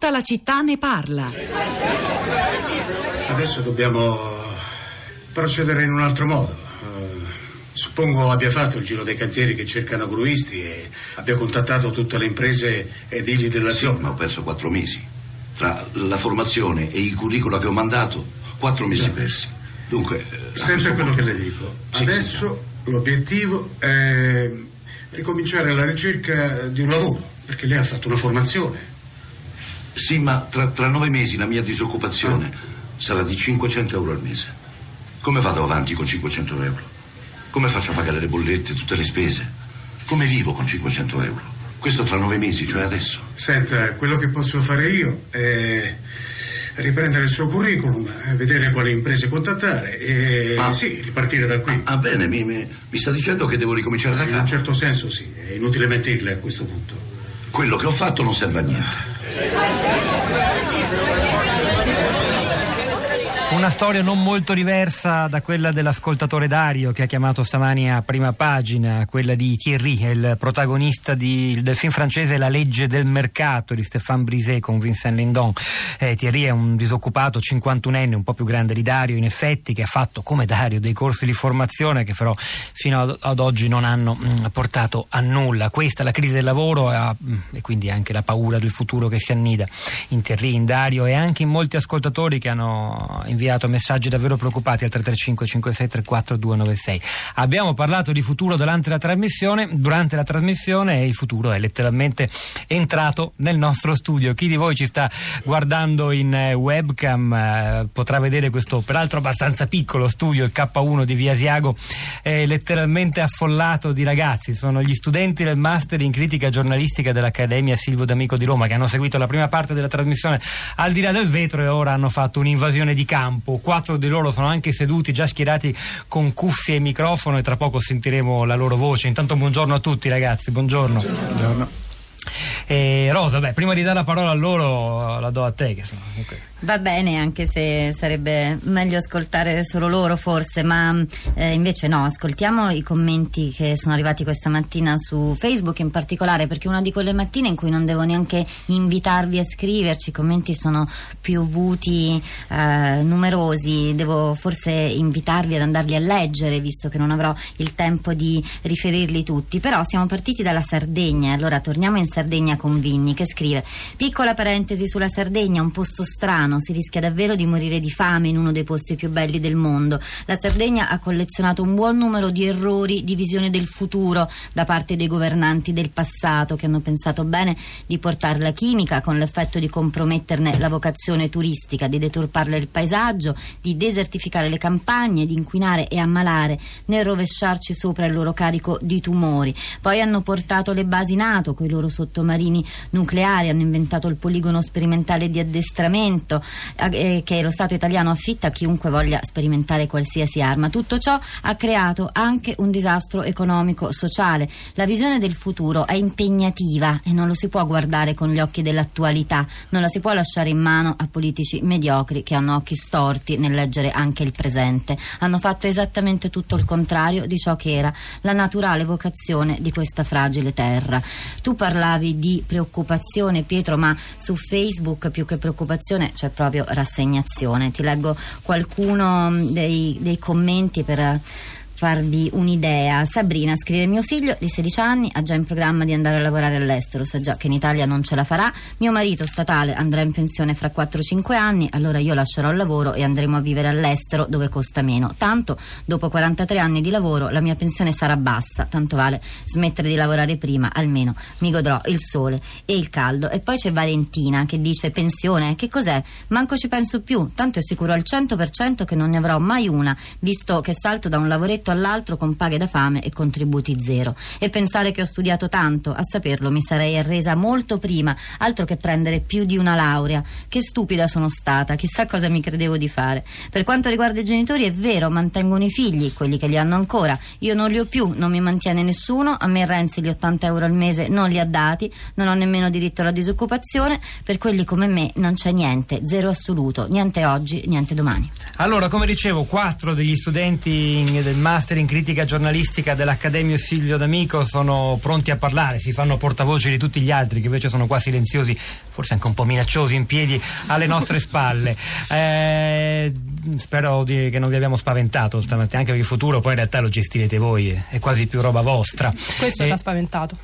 Tutta la città ne parla. Adesso dobbiamo procedere in un altro modo. Suppongo abbia fatto il giro dei cantieri che cercano gruisti e abbia contattato tutte le imprese edili della zona. Sì, ma ho perso 4 mesi. Tra la formazione e i curricula che ho mandato, 4 mesi persi. Dunque... Senta quello che le dico. Sì, adesso l'obiettivo è ricominciare la ricerca di un lavoro, perché lei ha fatto una formazione. Sì, ma tra 9 mesi la mia disoccupazione sarà di 500 euro al mese. Come vado avanti con 500 euro? Come faccio a pagare le bollette, tutte le spese? Come vivo con 500 euro? Questo tra 9 mesi, cioè adesso. Senta, quello che posso fare io è riprendere il suo curriculum, vedere quali imprese contattare e sì, ripartire da qui. Bene, mi sta dicendo che devo ricominciare da capo? In un certo senso sì, è inutile mentirle a questo punto. Quello che ho fatto non serve a niente. Una storia non molto diversa da quella dell'ascoltatore Dario che ha chiamato stamani a prima pagina, quella di Thierry, il protagonista del film francese La legge del mercato di Stéphane Brisé con Vincent Lindon. Thierry è un disoccupato 51enne, un po' più grande di Dario in effetti, che ha fatto come Dario dei corsi di formazione che però fino ad oggi non hanno portato a nulla. Questa è la crisi del lavoro e quindi anche la paura del futuro che si annida in Thierry, in Dario e anche in molti ascoltatori che hanno inviato messaggi davvero preoccupati al 335 56 34 296. Abbiamo parlato di futuro durante la trasmissione e il futuro è letteralmente entrato nel nostro studio. Chi di voi ci sta guardando in webcam potrà vedere questo peraltro abbastanza piccolo studio, il K1 di Via Asiago, letteralmente affollato di ragazzi. Sono gli studenti del master in critica giornalistica dell'Accademia Silvio D'Amico di Roma che hanno seguito la prima parte della trasmissione al di là del vetro e ora hanno fatto un'invasione di campo. 4 di loro sono anche seduti, già schierati con cuffie e microfono e tra poco sentiremo la loro voce. Intanto buongiorno a tutti ragazzi, buongiorno. Rosa, prima di dare la parola a loro la do a te che sono comunque... Va bene, anche se sarebbe meglio ascoltare solo loro forse, ma invece no, ascoltiamo i commenti che sono arrivati questa mattina su Facebook in particolare, perché è una di quelle mattine in cui non devo neanche invitarvi a scriverci, i commenti sono piovuti numerosi, devo forse invitarvi ad andarli a leggere visto che non avrò il tempo di riferirli tutti. Però siamo partiti dalla Sardegna, allora torniamo in Sardegna con Vinni che scrive: piccola parentesi sulla Sardegna, un posto strano, si rischia davvero di morire di fame in uno dei posti più belli del mondo. La Sardegna ha collezionato un buon numero di errori di visione del futuro da parte dei governanti del passato che hanno pensato bene di portare la chimica con l'effetto di comprometterne la vocazione turistica, di deturparle il paesaggio, di desertificare le campagne, di inquinare e ammalare nel rovesciarci sopra il loro carico di tumori. Poi hanno portato le basi NATO con i loro sottomarini nucleari, hanno inventato il poligono sperimentale di addestramento che lo Stato italiano affitta a chiunque voglia sperimentare qualsiasi arma. Tutto ciò ha creato anche un disastro economico-sociale. La visione del futuro è impegnativa e non lo si può guardare con gli occhi dell'attualità, non la si può lasciare in mano a politici mediocri che hanno occhi storti nel leggere anche il presente. Hanno fatto esattamente tutto il contrario di ciò che era la naturale vocazione di questa fragile terra. Tu parlavi di preoccupazione, Pietro, ma su Facebook più che preoccupazione c'è proprio rassegnazione. Ti leggo qualcuno dei commenti per farvi un'idea. Sabrina scrive: mio figlio di 16 anni ha già in programma di andare a lavorare all'estero, sa già che in Italia non ce la farà. Mio marito statale andrà in pensione fra 4-5 anni, allora io lascerò il lavoro e andremo a vivere all'estero dove costa meno. Tanto dopo 43 anni di lavoro la mia pensione sarà bassa, tanto vale smettere di lavorare prima, almeno mi godrò il sole e il caldo. E poi c'è Valentina che dice: pensione? Che cos'è? Manco ci penso più, tanto è sicuro al 100% che non ne avrò mai una, visto che salto da un lavoretto all'altro con paghe da fame e contributi zero. E pensare che ho studiato tanto, a saperlo mi sarei arresa molto prima, altro che prendere più di una laurea. Che stupida sono stata, chissà cosa mi credevo di fare. Per quanto riguarda i genitori è vero, mantengono i figli, quelli che li hanno ancora, io non li ho più, non mi mantiene nessuno, a me Renzi gli 80 euro al mese non li ha dati, non ho nemmeno diritto alla disoccupazione, per quelli come me non c'è niente, zero assoluto, niente oggi, niente domani. Allora, come dicevo, 4 degli studenti del master master in critica giornalistica dell'Accademia Silvio D'Amico sono pronti a parlare, si fanno portavoce di tutti gli altri che invece sono qua silenziosi, forse anche un po' minacciosi in piedi alle nostre spalle. Spero che non vi abbiamo spaventato stamattina, anche perché il futuro poi in realtà lo gestirete voi, è quasi più roba vostra. Questo ci ha spaventato.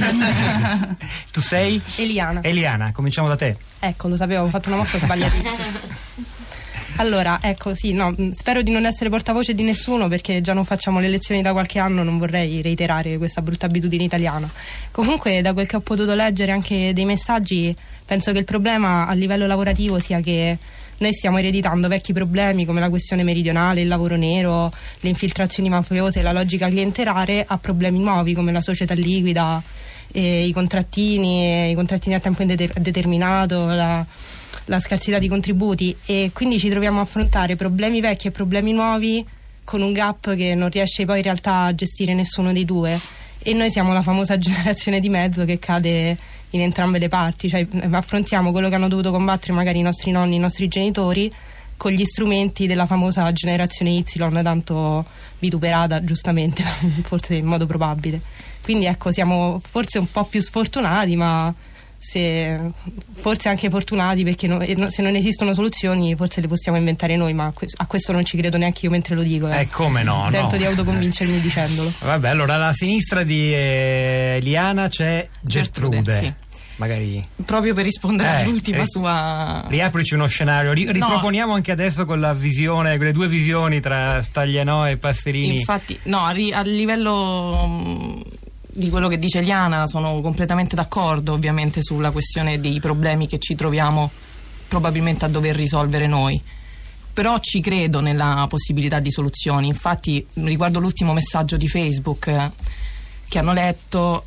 Tu sei? Eliana, cominciamo da te. Ecco, lo sapevo, ho fatto una mossa sbagliatissima. Allora, ecco, sì, no, spero di non essere portavoce di nessuno, perché già non facciamo le lezioni da qualche anno, non vorrei reiterare questa brutta abitudine italiana. Comunque, da quel che ho potuto leggere anche dei messaggi, penso che il problema a livello lavorativo sia che noi stiamo ereditando vecchi problemi come la questione meridionale, il lavoro nero, le infiltrazioni mafiose, la logica clientelare, a problemi nuovi come la società liquida, i contrattini a tempo indeterminato, la scarsità di contributi, e quindi ci troviamo a affrontare problemi vecchi e problemi nuovi con un gap che non riesce poi in realtà a gestire nessuno dei due, e noi siamo la famosa generazione di mezzo che cade in entrambe le parti, cioè affrontiamo quello che hanno dovuto combattere magari i nostri nonni, i nostri genitori, con gli strumenti della famosa generazione Y, tanto vituperata giustamente, forse in modo probabile. Quindi ecco, siamo forse un po' più sfortunati, ma forse anche fortunati, perché se non esistono soluzioni forse le possiamo inventare noi, ma a questo non ci credo neanche io mentre lo dico. Come no? Tento di autoconvincermi dicendolo. Vabbè, allora alla sinistra di Eliana c'è Gertrude. Sì. Magari proprio per rispondere all'ultima sua. Riaprici uno scenario, riproponiamo anche adesso con la visione, quelle due visioni tra Staglianò e Passerini. Infatti, no, a livello di quello che dice Eliana sono completamente d'accordo, ovviamente, sulla questione dei problemi che ci troviamo probabilmente a dover risolvere noi, però ci credo nella possibilità di soluzioni. Infatti, riguardo l'ultimo messaggio di Facebook che hanno letto,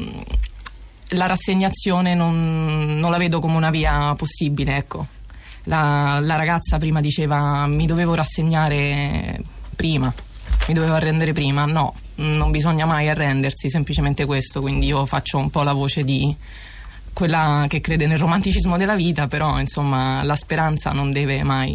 la rassegnazione non la vedo come una via possibile, ecco. La ragazza prima diceva mi dovevo rassegnare prima, mi dovevo arrendere prima. No, non bisogna mai arrendersi, semplicemente questo. Quindi io faccio un po' la voce di quella che crede nel romanticismo della vita, però insomma la speranza non deve mai.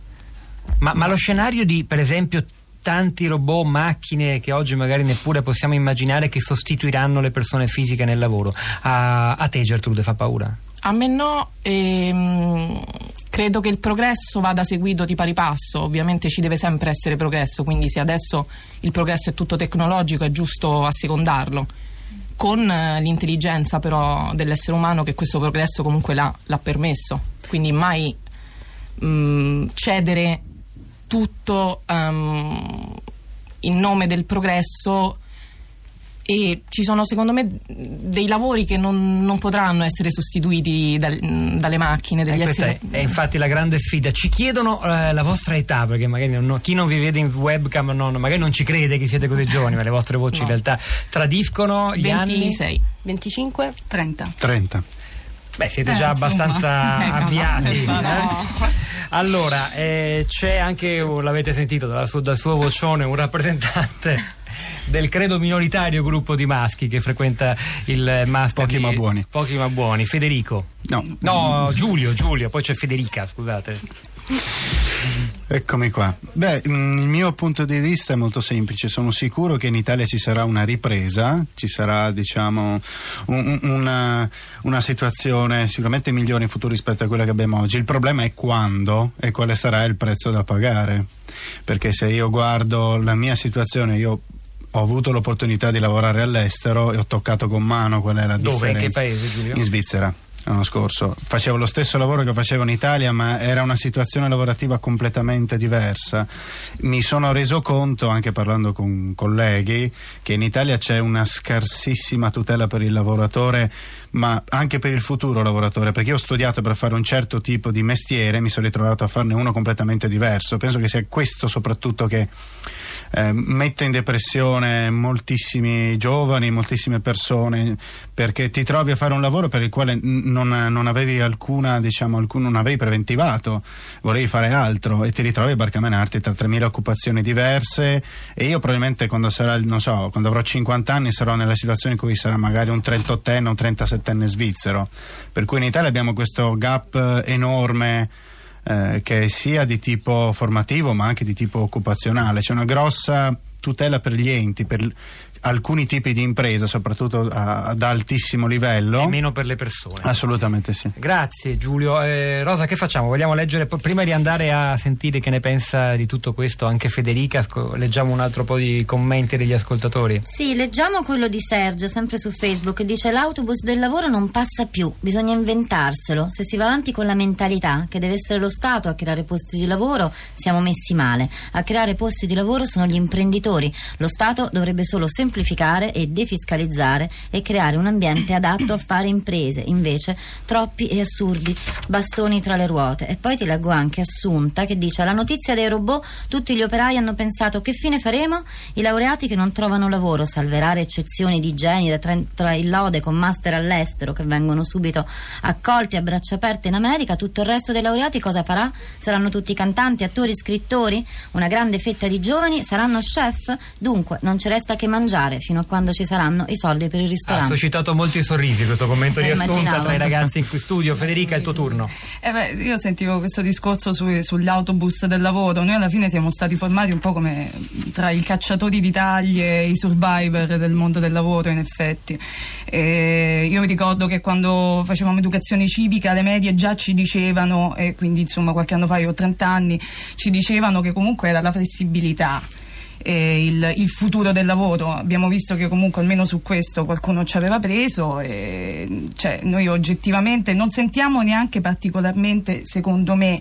Ma lo scenario di, per esempio, tanti robot, macchine che oggi magari neppure possiamo immaginare, che sostituiranno le persone fisiche nel lavoro, a te Gertrude fa paura? A me no, credo che il progresso vada seguito di pari passo. Ovviamente ci deve sempre essere progresso, quindi se adesso il progresso è tutto tecnologico è giusto assecondarlo, con l'intelligenza però dell'essere umano che questo progresso comunque l'ha permesso, quindi mai cedere tutto in nome del progresso. E ci sono secondo me dei lavori che non potranno essere sostituiti dalle macchine, degli esseri. Questa è infatti la grande sfida. Ci chiedono la vostra età, perché magari chi non vi vede in webcam magari non ci crede che siete così giovani, ma le vostre voci in realtà tradiscono gli 26 anni. 25 30. Beh, siete già abbastanza avviati. Allora, c'è anche, l'avete sentito dal suo vocione, un rappresentante del credo minoritario gruppo di maschi che frequenta il master Pochi ma buoni. Federico. No, Giulio, poi c'è Federica, scusate. Eccomi qua. Beh, il mio punto di vista è molto semplice. Sono sicuro che in Italia ci sarà una ripresa, ci sarà, diciamo, una situazione sicuramente migliore in futuro rispetto a quella che abbiamo oggi. Il problema è quando e quale sarà il prezzo da pagare, perché se io guardo la mia situazione, io ho avuto l'opportunità di lavorare all'estero e ho toccato con mano qual è la differenza. Dove? In che paese, Giulio? In Svizzera. L'anno scorso facevo lo stesso lavoro che facevo in Italia, ma era una situazione lavorativa completamente diversa. Mi sono reso conto, anche parlando con colleghi, che in Italia c'è una scarsissima tutela per il lavoratore, ma anche per il futuro lavoratore, perché io ho studiato per fare un certo tipo di mestiere, mi sono ritrovato a farne uno completamente diverso. Penso che sia questo soprattutto che mette in depressione moltissimi giovani, moltissime persone, perché ti trovi a fare un lavoro per il quale non avevi non avevi preventivato, volevi fare altro e ti ritrovi a barcamenarti tra 3.000 occupazioni diverse. E io probabilmente quando avrò 50 anni sarò nella situazione in cui sarà magari un 38enne o un 37enne svizzero, per cui in Italia abbiamo questo gap enorme, che sia di tipo formativo ma anche di tipo occupazionale. C'è una grossa tutela per gli enti, per alcuni tipi di impresa, soprattutto ad altissimo livello. E meno per le persone. Assolutamente sì. Grazie Giulio. Rosa, che facciamo? Vogliamo leggere, prima di andare a sentire che ne pensa di tutto questo anche Federica, leggiamo un altro po' di commenti degli ascoltatori? Sì, leggiamo quello di Sergio, sempre su Facebook, dice: l'autobus del lavoro non passa più, bisogna inventarselo. Se si va avanti con la mentalità che deve essere lo Stato a creare posti di lavoro, siamo messi male. A creare posti di lavoro sono gli imprenditori. Lo Stato dovrebbe solo semplificare e defiscalizzare e creare un ambiente adatto a fare imprese. Invece troppi e assurdi bastoni tra le ruote. E poi ti leggo anche Assunta che dice: alla notizia dei robot tutti gli operai hanno pensato: che fine faremo? I laureati che non trovano lavoro, salve rare eccezioni di genere tra il lode con master all'estero che vengono subito accolti a braccia aperte in America, tutto il resto dei laureati cosa farà? Saranno tutti cantanti, attori, scrittori? Una grande fetta di giovani saranno chef? Dunque non ci resta che mangiare fino a quando ci saranno i soldi per il ristorante. Ha suscitato molti sorrisi questo commento di Assunta Immaginavo. tra i ragazzi in studio. Federica, è il tuo turno. Io sentivo questo discorso sugli autobus del lavoro. Noi alla fine siamo stati formati un po' come tra i cacciatori di taglie e i survivor del mondo del lavoro, in effetti. Io mi ricordo che quando facevamo educazione civica alle medie già ci dicevano, e quindi insomma qualche anno fa, io ho 30 anni, ci dicevano che comunque era la flessibilità il futuro del lavoro. Abbiamo visto che comunque almeno su questo qualcuno ci aveva preso, cioè noi oggettivamente non sentiamo neanche particolarmente, secondo me,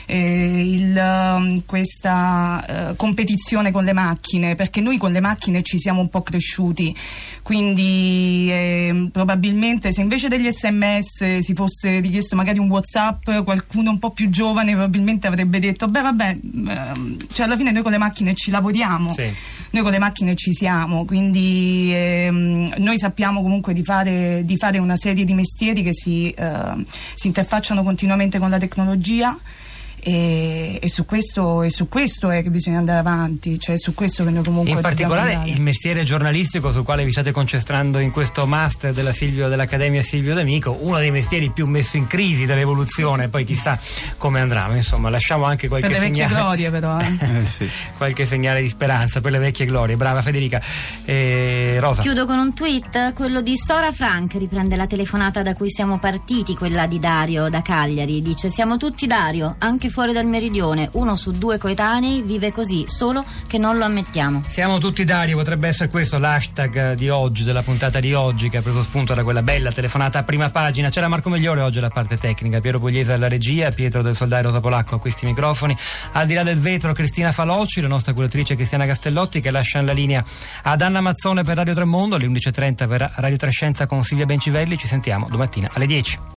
questa competizione con le macchine, perché noi con le macchine ci siamo un po' cresciuti, quindi probabilmente se invece degli SMS si fosse richiesto magari un WhatsApp, qualcuno un po' più giovane probabilmente avrebbe detto: beh vabbè, cioè alla fine noi con le macchine ci lavoriamo. Sì. Noi con le macchine ci siamo, quindi noi sappiamo comunque di fare una serie di mestieri che si interfacciano continuamente con la tecnologia. E su questo è che bisogna andare avanti, cioè su questo che noi comunque in particolare andare. Il mestiere giornalistico sul quale vi state concentrando in questo master dell'Accademia Silvio D'Amico, uno dei mestieri più messo in crisi dall'evoluzione, poi chissà come andrà, insomma lasciamo anche qualche per le segnale, vecchie glorie però Sì. qualche segnale di speranza per le vecchie glorie. Brava Federica. Rosa. Chiudo con un tweet, quello di Sora Frank, riprende la telefonata da cui siamo partiti, quella di Dario da Cagliari. Dice: siamo tutti Dario, anche fuori dal meridione, 1 su 2 coetanei vive così, solo che non lo ammettiamo. Siamo tutti Dario, potrebbe essere questo l'hashtag di oggi, della puntata di oggi, che ha preso spunto da quella bella telefonata a prima pagina. C'era Marco Migliore oggi alla parte tecnica, Piero Pugliese alla regia, Pietro del Soldai, Rosa Polacco a questi microfoni, al di là del vetro Cristina Faloci, la nostra curatrice Cristiana Castellotti, che lascia la linea ad Anna Mazzone per Radio Tremondo, alle 11.30 per Radio Trescenza con Silvia Bencivelli. Ci sentiamo domattina alle 10.